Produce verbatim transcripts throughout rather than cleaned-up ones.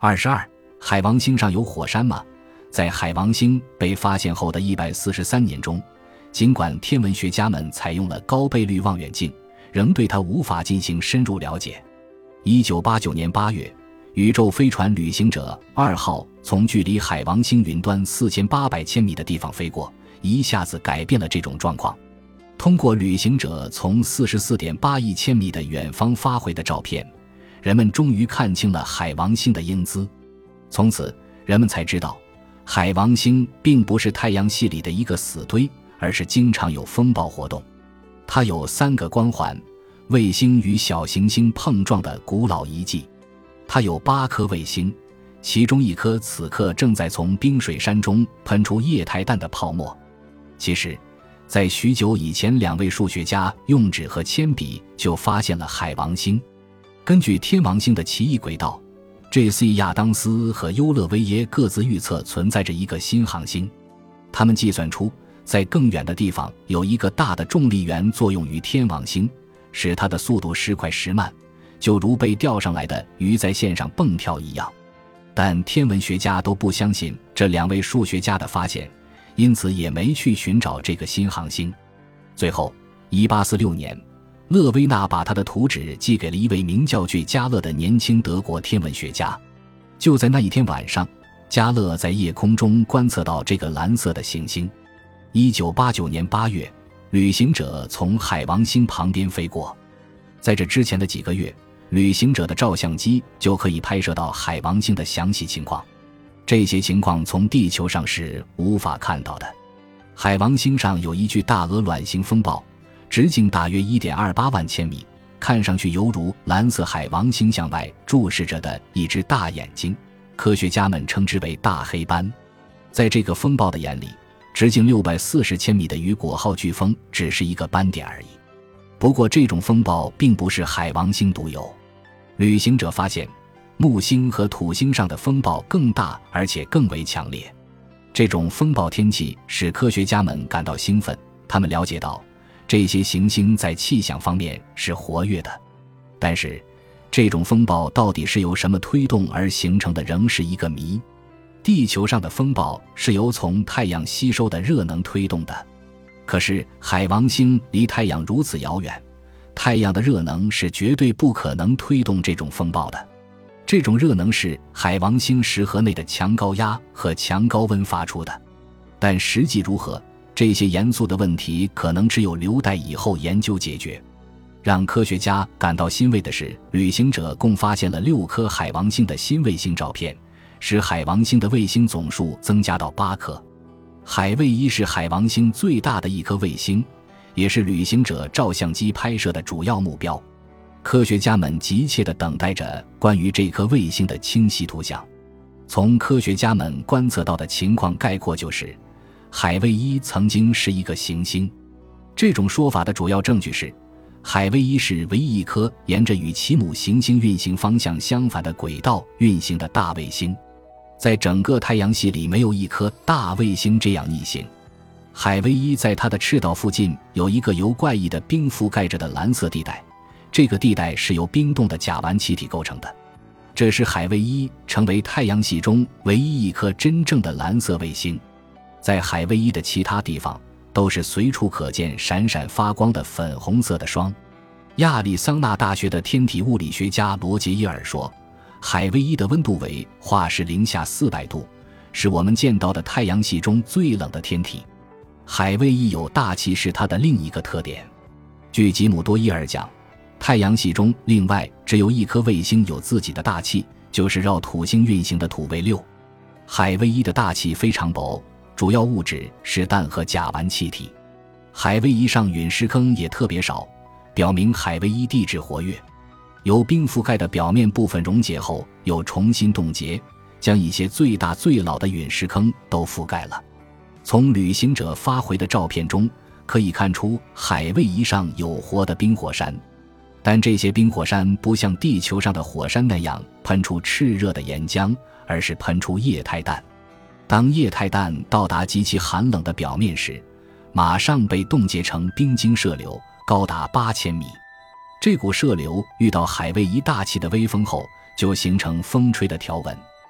二十二，海王星上有火山吗？在海王星被发现后的一百四十三年中，尽管天文学家们采用了高倍率望远镜，仍对它无法进行深入了解。一九八九年八月，宇宙飞船旅行者二号从距离海王星云端四千八百千米的地方飞过，一下子改变了这种状况。通过旅行者从 四十四点八亿千米的远方发回的照片，人们终于看清了海王星的英姿。从此，人们才知道，海王星并不是太阳系里的一个死堆，而是经常有风暴活动。它有三个光环，卫星与小行星碰撞的古老遗迹。它有八颗卫星，其中一颗此刻正在从冰水山中喷出液态氮的泡沫。其实，在许久以前，两位数学家用纸和铅笔就发现了海王星。根据天王星的奇异轨道， J C 亚当斯和优勒维耶各自预测存在着一个新行星。他们计算出，在更远的地方有一个大的重力源作用于天王星，使它的速度时快时慢，就如被钓上来的鱼在线上蹦跳一样。但天文学家都不相信这两位数学家的发现，因此也没去寻找这个新行星。最后一八四六年，勒维纳把他的图纸寄给了一位名叫巨加勒的年轻德国天文学家。就在那一天晚上，加勒在夜空中观测到这个蓝色的行星。一九八九年八月，旅行者从海王星旁边飞过。在这之前的几个月，旅行者的照相机就可以拍摄到海王星的详细情况。这些情况从地球上是无法看到的。海王星上有一具大鹅卵形风暴，直径大约 一点二八万千米，看上去犹如蓝色海王星向外注视着的一只大眼睛，科学家们称之为大黑斑。在这个风暴的眼里，直径六百四十千米的雨果号飓风只是一个斑点而已。不过这种风暴并不是海王星独有，旅行者发现木星和土星上的风暴更大，而且更为强烈。这种风暴天气使科学家们感到兴奋，他们了解到这些行星在气象方面是活跃的。但是这种风暴到底是由什么推动而形成的，仍是一个谜。地球上的风暴是由从太阳吸收的热能推动的，可是海王星离太阳如此遥远，太阳的热能是绝对不可能推动这种风暴的。这种热能是海王星石核内的强高压和强高温发出的。但实际如何，这些严肃的问题可能只有留待以后研究解决。让科学家感到欣慰的是，旅行者共发现了六颗海王星的新卫星照片，使海王星的卫星总数增加到八颗。海卫一是海王星最大的一颗卫星，也是旅行者照相机拍摄的主要目标。科学家们急切地等待着关于这颗卫星的清晰图像。从科学家们观测到的情况概括就是，海卫一曾经是一个行星。这种说法的主要证据是，海卫一是唯一一颗沿着与其母行星运行方向相反的轨道运行的大卫星。在整个太阳系里没有一颗大卫星这样逆行。海卫一在它的赤道附近有一个由怪异的冰覆盖着的蓝色地带，这个地带是由冰冻的甲烷气体构成的，这使海卫一成为太阳系中唯一一颗真正的蓝色卫星。在海卫一的其他地方都是随处可见闪闪发光的粉红色的霜。亚利桑那大学的天体物理学家罗杰耶尔说，海卫一的温度为华氏零下四百度，是我们见到的太阳系中最冷的天体。海卫一有大气是它的另一个特点。据吉姆多伊尔讲，太阳系中另外只有一颗卫星有自己的大气，就是绕土星运行的土卫六。海卫一的大气非常薄，主要物质是氮和甲烷气体。海卫一上陨石坑也特别少，表明海卫一地质活跃。由冰覆盖的表面部分溶解后又重新冻结，将一些最大最老的陨石坑都覆盖了。从旅行者发回的照片中可以看出，海卫一上有活的冰火山，但这些冰火山不像地球上的火山那样喷出炽热的岩浆，而是喷出液态氮。当液态氮到达极其寒冷的表面时，马上被冻结成冰晶射流，高达八千米。这股射流遇到海卫一大气的微风后，就形成风吹的条纹。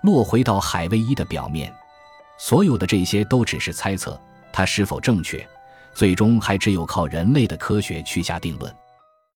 落回到海卫一的表面。所有的这些都只是猜测，它是否正确，最终还只有靠人类的科学去下定论。